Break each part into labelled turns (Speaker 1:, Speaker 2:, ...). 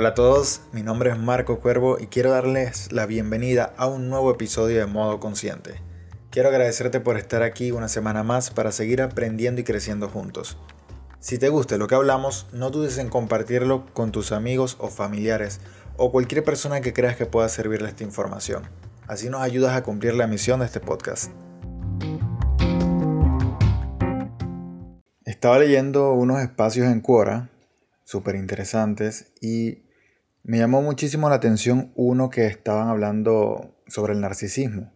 Speaker 1: Hola a todos, mi nombre es Marco Cuervo y quiero darles la bienvenida a un nuevo episodio de Modo Consciente. Quiero agradecerte por estar aquí una semana más para seguir aprendiendo y creciendo juntos. Si te gusta lo que hablamos, no dudes en compartirlo con tus amigos o familiares o cualquier persona que creas que pueda servirle esta información. Así nos ayudas a cumplir la misión de este podcast. Estaba leyendo unos espacios en Quora, súper interesantes, y me llamó muchísimo la atención uno que estaban hablando sobre el narcisismo,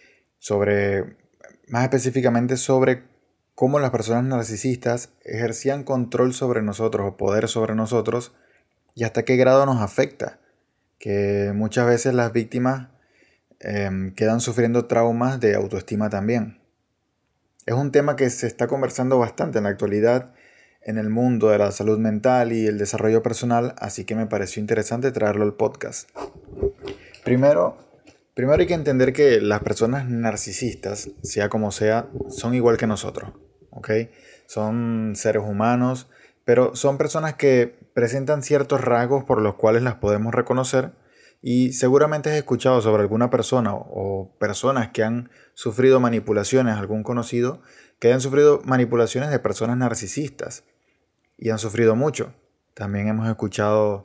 Speaker 1: más específicamente sobre cómo las personas narcisistas ejercían control sobre nosotros o poder sobre nosotros y hasta qué grado nos afecta, que muchas veces las víctimas quedan sufriendo traumas de autoestima también. Es un tema que se está conversando bastante en la actualidad en el mundo de la salud mental y el desarrollo personal, así que me pareció interesante traerlo al podcast. Primero hay que entender que las personas narcisistas, sea como sea, son igual que nosotros, ¿ok? Son seres humanos, pero son personas que presentan ciertos rasgos por los cuales las podemos reconocer. Y seguramente has escuchado sobre alguna persona o personas que han sufrido manipulaciones, algún conocido, que han sufrido manipulaciones de personas narcisistas y han sufrido mucho. También hemos escuchado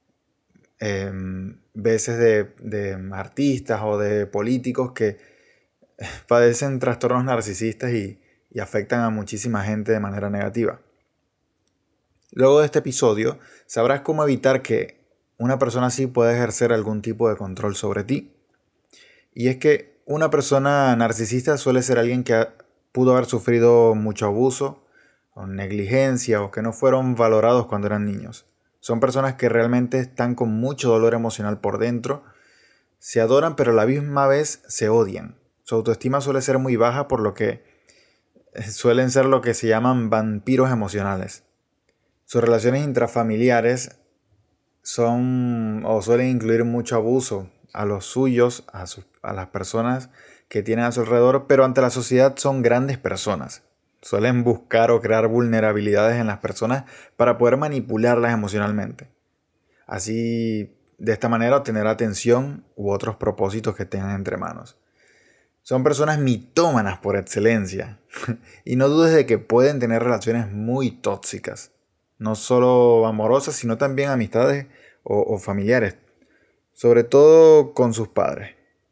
Speaker 1: veces de artistas o de políticos que padecen trastornos narcisistas y afectan a muchísima gente de manera negativa. Luego de este episodio, sabrás cómo evitar que una persona así pueda ejercer algún tipo de control sobre ti. Y es que una persona narcisista suele ser alguien que pudo haber sufrido mucho abuso o negligencia o que no fueron valorados cuando eran niños. Son personas que realmente están con mucho dolor emocional por dentro, se adoran pero a la misma vez se odian. Su autoestima suele ser muy baja, por lo que suelen ser lo que se llaman vampiros emocionales. Sus relaciones intrafamiliares son o suelen incluir mucho abuso a los suyos, a las personas que tienen a su alrededor, pero ante la sociedad son grandes personas. Suelen buscar o crear vulnerabilidades en las personas para poder manipularlas emocionalmente. Así, de esta manera, obtener atención u otros propósitos que tengan entre manos. Son personas mitómanas por excelencia. Y no dudes de que pueden tener relaciones muy tóxicas. No solo amorosas, sino también amistades o familiares. Sobre todo con sus padres.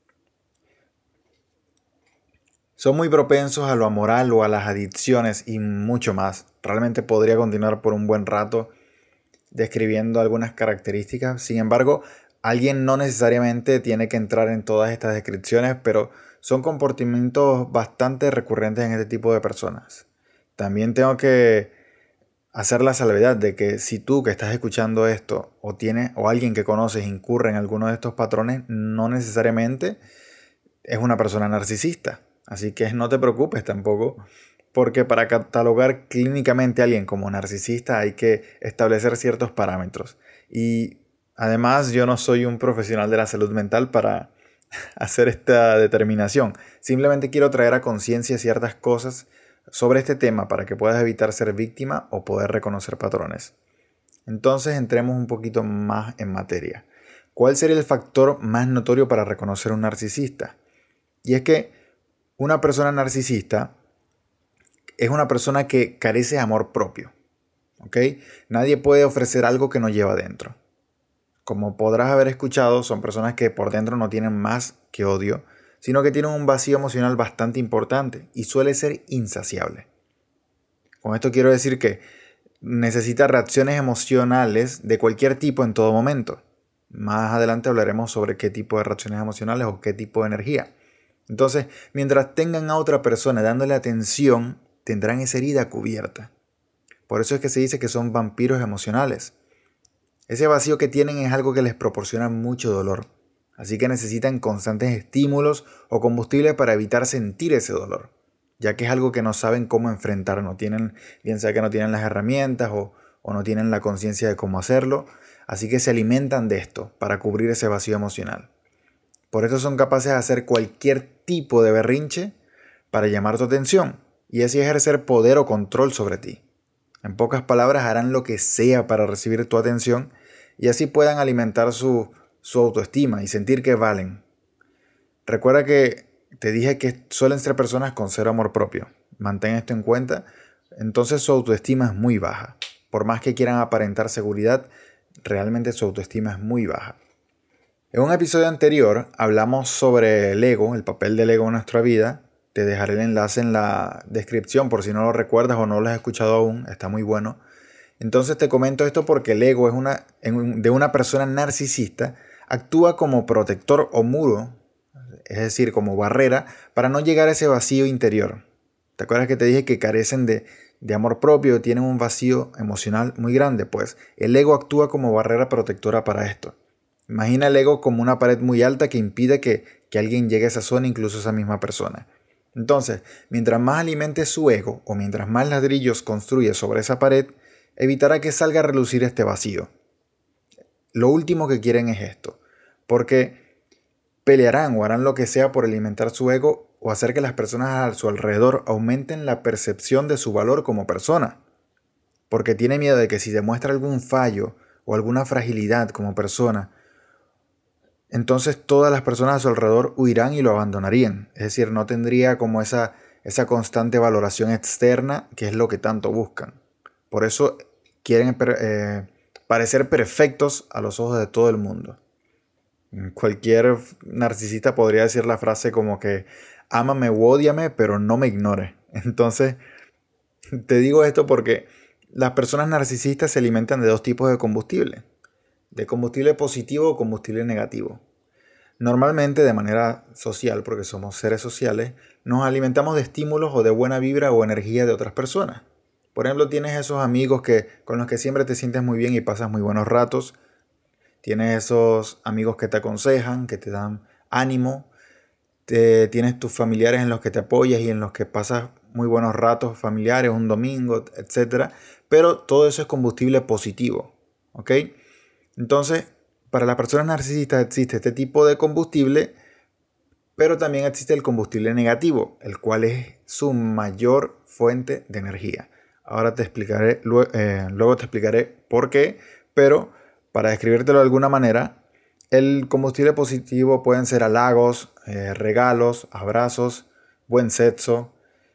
Speaker 1: Son muy propensos a lo amoral o a las adicciones y mucho más. Realmente podría continuar por un buen rato describiendo algunas características. Sin embargo, alguien no necesariamente tiene que entrar en todas estas descripciones, pero son comportamientos bastante recurrentes en este tipo de personas. También tengo que hacer la salvedad de que si tú que estás escuchando esto o alguien que conoces incurre en alguno de estos patrones, no necesariamente es una persona narcisista. Así que no te preocupes tampoco, porque para catalogar clínicamente a alguien como narcisista hay que establecer ciertos parámetros. Y además yo no soy un profesional de la salud mental para hacer esta determinación. Simplemente quiero traer a conciencia ciertas cosas sobre este tema para que puedas evitar ser víctima o poder reconocer patrones. Entonces entremos un poquito más en materia. ¿Cuál sería el factor más notorio para reconocer un narcisista? Y es que una persona narcisista es una persona que carece de amor propio. ¿Ok? Nadie puede ofrecer algo que no lleva dentro. Como podrás haber escuchado, son personas que por dentro no tienen más que odio, sino que tienen un vacío emocional bastante importante y suele ser insaciable. Con esto quiero decir que necesita reacciones emocionales de cualquier tipo en todo momento. Más adelante hablaremos sobre qué tipo de reacciones emocionales o qué tipo de energía. Entonces, mientras tengan a otra persona dándole atención, tendrán esa herida cubierta. Por eso es que se dice que son vampiros emocionales. Ese vacío que tienen es algo que les proporciona mucho dolor. Así que necesitan constantes estímulos o combustible para evitar sentir ese dolor, ya que es algo que no saben cómo enfrentar, no tienen, bien sea que no tienen las herramientas o no tienen la conciencia de cómo hacerlo, así que se alimentan de esto para cubrir ese vacío emocional. Por eso son capaces de hacer cualquier tipo de berrinche para llamar tu atención y así ejercer poder o control sobre ti. En pocas palabras, harán lo que sea para recibir tu atención y así puedan alimentar su autoestima y sentir que valen. Recuerda que te dije que suelen ser personas con cero amor propio. Mantén esto en cuenta. Entonces su autoestima es muy baja. Por más que quieran aparentar seguridad, realmente su autoestima es muy baja. En un episodio anterior hablamos sobre el ego, el papel del ego en nuestra vida. Te dejaré el enlace en la descripción por si no lo recuerdas o no lo has escuchado aún. Está muy bueno. Entonces te comento esto porque el ego de una persona narcisista actúa como protector o muro, es decir, como barrera, para no llegar a ese vacío interior. ¿Te acuerdas que te dije que carecen de amor propio, tienen un vacío emocional muy grande? Pues el ego actúa como barrera protectora para esto. Imagina el ego como una pared muy alta que impide que alguien llegue a esa zona, incluso esa misma persona. Entonces, mientras más alimente su ego o mientras más ladrillos construye sobre esa pared, evitará que salga a relucir este vacío. Lo último que quieren es esto, porque pelearán o harán lo que sea por alimentar su ego o hacer que las personas a su alrededor aumenten la percepción de su valor como persona, porque tiene miedo de que si demuestra algún fallo o alguna fragilidad como persona, entonces todas las personas a su alrededor huirán y lo abandonarían. Es decir, no tendría como esa constante valoración externa que es lo que tanto buscan. Por eso quieren parecer perfectos a los ojos de todo el mundo. Cualquier narcisista podría decir la frase como que ámame o ódiame, pero no me ignore. Entonces, te digo esto porque las personas narcisistas se alimentan de dos tipos de combustible. De combustible positivo o combustible negativo. Normalmente de manera social, porque somos seres sociales, nos alimentamos de estímulos o de buena vibra o energía de otras personas. Por ejemplo, tienes esos amigos con los que siempre te sientes muy bien y pasas muy buenos ratos. Tienes esos amigos que te aconsejan, que te dan ánimo. Tienes tus familiares en los que te apoyas y en los que pasas muy buenos ratos familiares, un domingo, etc. Pero todo eso es combustible positivo. ¿Ok? Entonces, para las personas narcisistas existe este tipo de combustible, pero también existe el combustible negativo, el cual es su mayor fuente de energía. Ahora te explicaré, luego te explicaré por qué, pero para describírtelo de alguna manera, el combustible positivo pueden ser halagos, regalos, abrazos, buen sexo.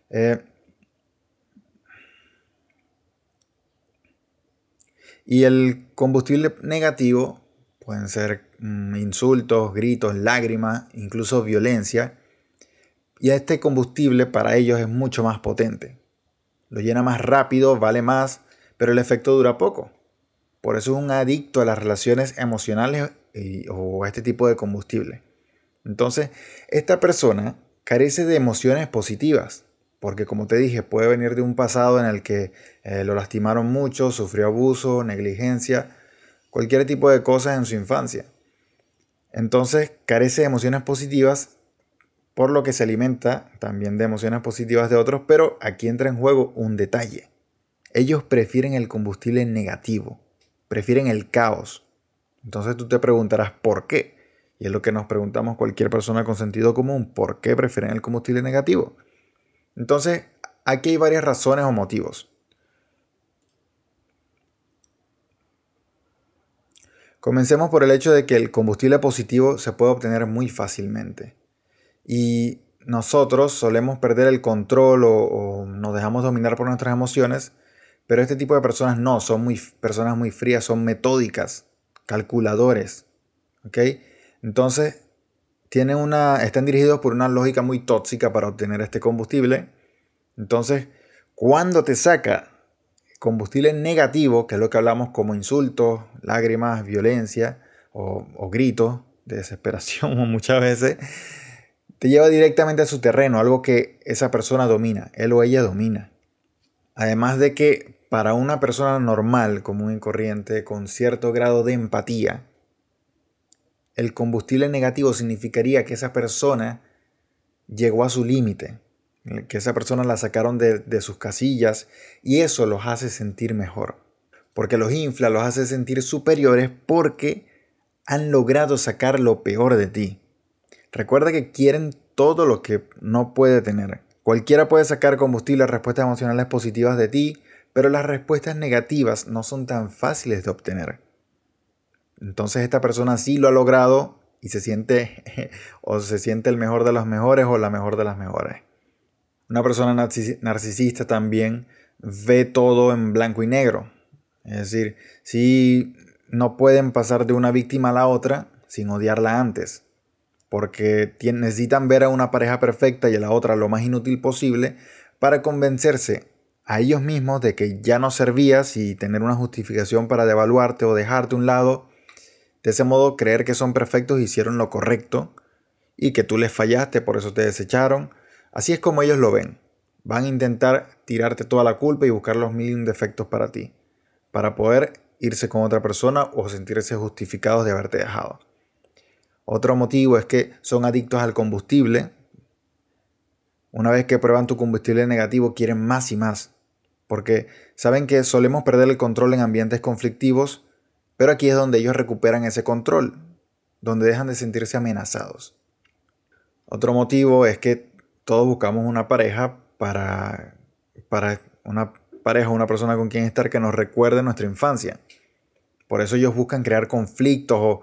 Speaker 1: Y el combustible negativo pueden ser insultos, gritos, lágrimas, incluso violencia. Y este combustible para ellos es mucho más potente. Lo llena más rápido, vale más, pero el efecto dura poco. Por eso es un adicto a las relaciones emocionales o a este tipo de combustible. Entonces, esta persona carece de emociones positivas, porque como te dije, puede venir de un pasado en el que lo lastimaron mucho, sufrió abuso, negligencia, cualquier tipo de cosas en su infancia. Entonces, carece de emociones positivas, por lo que se alimenta también de emociones positivas de otros, pero aquí entra en juego un detalle. Ellos prefieren el combustible negativo, prefieren el caos. Entonces tú te preguntarás ¿por qué? Y es lo que nos preguntamos cualquier persona con sentido común, ¿por qué prefieren el combustible negativo? Entonces, aquí hay varias razones o motivos. Comencemos por el hecho de que el combustible positivo se puede obtener muy fácilmente. Y nosotros solemos perder el control o nos dejamos dominar por nuestras emociones, pero este tipo de personas no, son personas muy frías, son metódicas, calculadores, ¿ok? Entonces, están dirigidos por una lógica muy tóxica para obtener este combustible. Entonces, cuando te saca combustible negativo, que es lo que hablamos como insultos, lágrimas, violencia o gritos de desesperación muchas veces, te lleva directamente a su terreno, algo que esa persona domina, él o ella domina. Además de que para una persona normal, común y corriente, con cierto grado de empatía, el combustible negativo significaría que esa persona llegó a su límite, que esa persona la sacaron de sus casillas y eso los hace sentir mejor. Porque los infla, los hace sentir superiores porque han logrado sacar lo peor de ti. Recuerda que quieren todo lo que no puede tener. Cualquiera puede sacar combustible, respuestas emocionales positivas de ti, pero las respuestas negativas no son tan fáciles de obtener. Entonces esta persona sí lo ha logrado y se siente o se siente el mejor de los mejores o la mejor de las mejores. Una persona narcisista también ve todo en blanco y negro. Es decir, si no pueden pasar de una víctima a la otra sin odiarla antes. Porque necesitan ver a una pareja perfecta y a la otra lo más inútil posible para convencerse a ellos mismos de que ya no servías y tener una justificación para devaluarte o dejarte a un lado. De ese modo creer que son perfectos, hicieron lo correcto y que tú les fallaste, por eso te desecharon. Así es como ellos lo ven. Van a intentar tirarte toda la culpa y buscar los mil defectos para ti, para poder irse con otra persona o sentirse justificados de haberte dejado. Otro motivo es que son adictos al combustible. Una vez que prueban tu combustible negativo, quieren más y más, porque saben que solemos perder el control en ambientes conflictivos, pero aquí es donde ellos recuperan ese control, donde dejan de sentirse amenazados. Otro motivo es que todos buscamos una pareja para una persona con quien estar que nos recuerde nuestra infancia. Por eso ellos buscan crear conflictos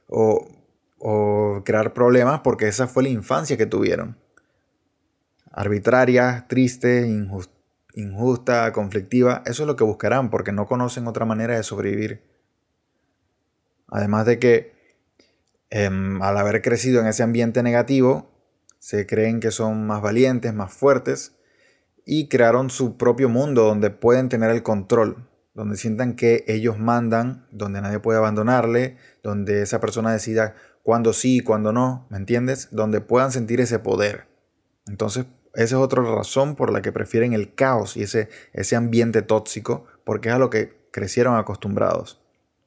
Speaker 1: o crear problemas porque esa fue la infancia que tuvieron. Arbitraria, triste, injusta, conflictiva, eso es lo que buscarán porque no conocen otra manera de sobrevivir. Además de que al haber crecido en ese ambiente negativo, se creen que son más valientes, más fuertes y crearon su propio mundo donde pueden tener el control, donde sientan que ellos mandan, donde nadie puede abandonarle, donde esa persona decida cuándo sí y cuándo no, ¿me entiendes? Donde puedan sentir ese poder. Entonces, esa es otra razón por la que prefieren el caos y ese ambiente tóxico, porque es a lo que crecieron acostumbrados.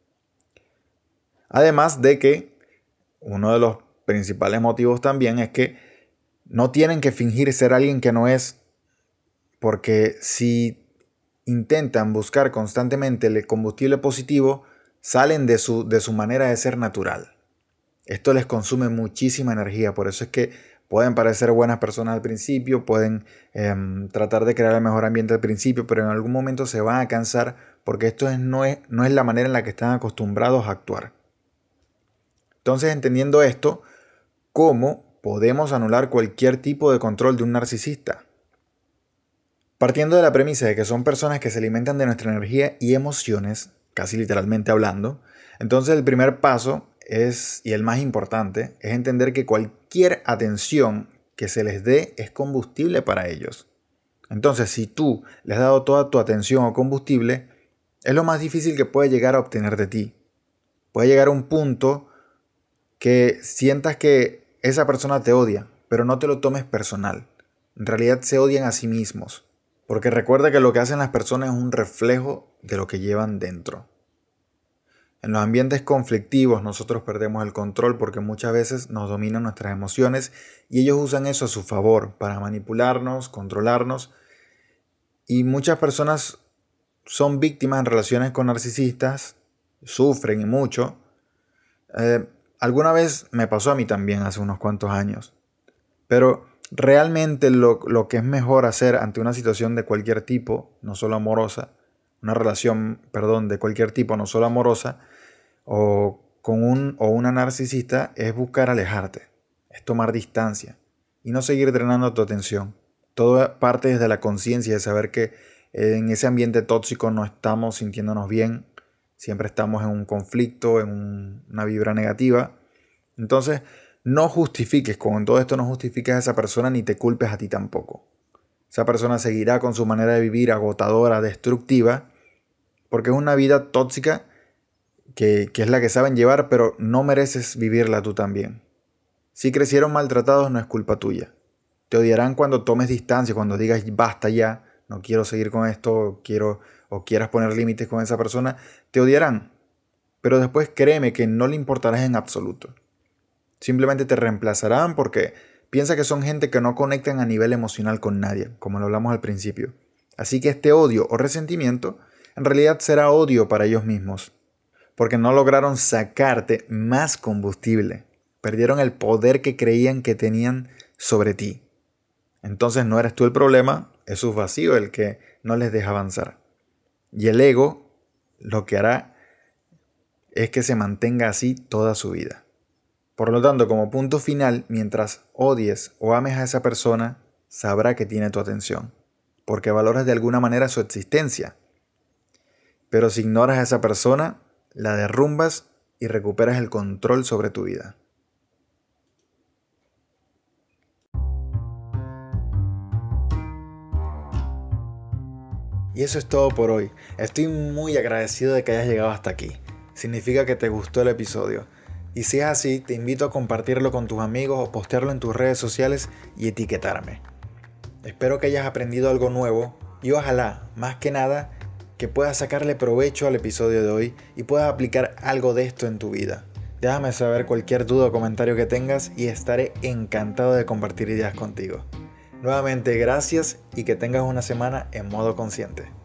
Speaker 1: Además de que uno de los principales motivos también es que no tienen que fingir ser alguien que no es, porque si intentan buscar constantemente el combustible positivo, salen de su manera de ser natural. Esto les consume muchísima energía, por eso es que pueden parecer buenas personas al principio, pueden tratar de crear el mejor ambiente al principio, pero en algún momento se van a cansar porque esto no es la manera en la que están acostumbrados a actuar. Entonces, entendiendo esto, ¿cómo podemos anular cualquier tipo de control de un narcisista? Partiendo de la premisa de que son personas que se alimentan de nuestra energía y emociones, casi literalmente hablando, entonces el primer paso y el más importante, es entender que cualquier atención que se les dé es combustible para ellos. Entonces, si tú les has dado toda tu atención o combustible, es lo más difícil que puede llegar a obtener de ti. Puede llegar a un punto que sientas que esa persona te odia, pero no te lo tomes personal. En realidad se odian a sí mismos. Porque recuerda que lo que hacen las personas es un reflejo de lo que llevan dentro. En los ambientes conflictivos nosotros perdemos el control porque muchas veces nos dominan nuestras emociones y ellos usan eso a su favor para manipularnos, controlarnos. Y muchas personas son víctimas en relaciones con narcisistas, sufren y mucho. Alguna vez me pasó a mí también hace unos cuantos años. Pero realmente lo que es mejor hacer ante una situación de cualquier tipo, no solo amorosa, una relación, de cualquier tipo, no solo amorosa, o una narcisista, es buscar alejarte, es tomar distancia y no seguir drenando tu atención. Todo parte desde la conciencia de saber que en ese ambiente tóxico no estamos sintiéndonos bien, siempre estamos en un conflicto, en una vibra negativa. Entonces, no justifiques, con todo esto no justifiques a esa persona ni te culpes a ti tampoco. Esa persona seguirá con su manera de vivir agotadora, destructiva, porque es una vida tóxica que es la que saben llevar, pero no mereces vivirla tú también. Si crecieron maltratados no es culpa tuya. Te odiarán cuando tomes distancia, cuando digas basta ya, no quiero seguir con esto, o quieras poner límites con esa persona, te odiarán. Pero después créeme que no le importarás en absoluto. Simplemente te reemplazarán porque piensa que son gente que no conectan a nivel emocional con nadie, como lo hablamos al principio. Así que este odio o resentimiento en realidad será odio para ellos mismos, porque no lograron sacarte más combustible. Perdieron el poder que creían que tenían sobre ti. Entonces no eres tú el problema, es su vacío el que no les deja avanzar. Y el ego lo que hará es que se mantenga así toda su vida. Por lo tanto, como punto final, mientras odies o ames a esa persona, sabrá que tiene tu atención, porque valoras de alguna manera su existencia. Pero si ignoras a esa persona, la derrumbas y recuperas el control sobre tu vida. Y eso es todo por hoy. Estoy muy agradecido de que hayas llegado hasta aquí. Significa que te gustó el episodio. Y si es así, te invito a compartirlo con tus amigos o postearlo en tus redes sociales y etiquetarme. Espero que hayas aprendido algo nuevo y ojalá, más que nada, que puedas sacarle provecho al episodio de hoy y puedas aplicar algo de esto en tu vida. Déjame saber cualquier duda o comentario que tengas y estaré encantado de compartir ideas contigo. Nuevamente gracias y que tengas una semana en modo consciente.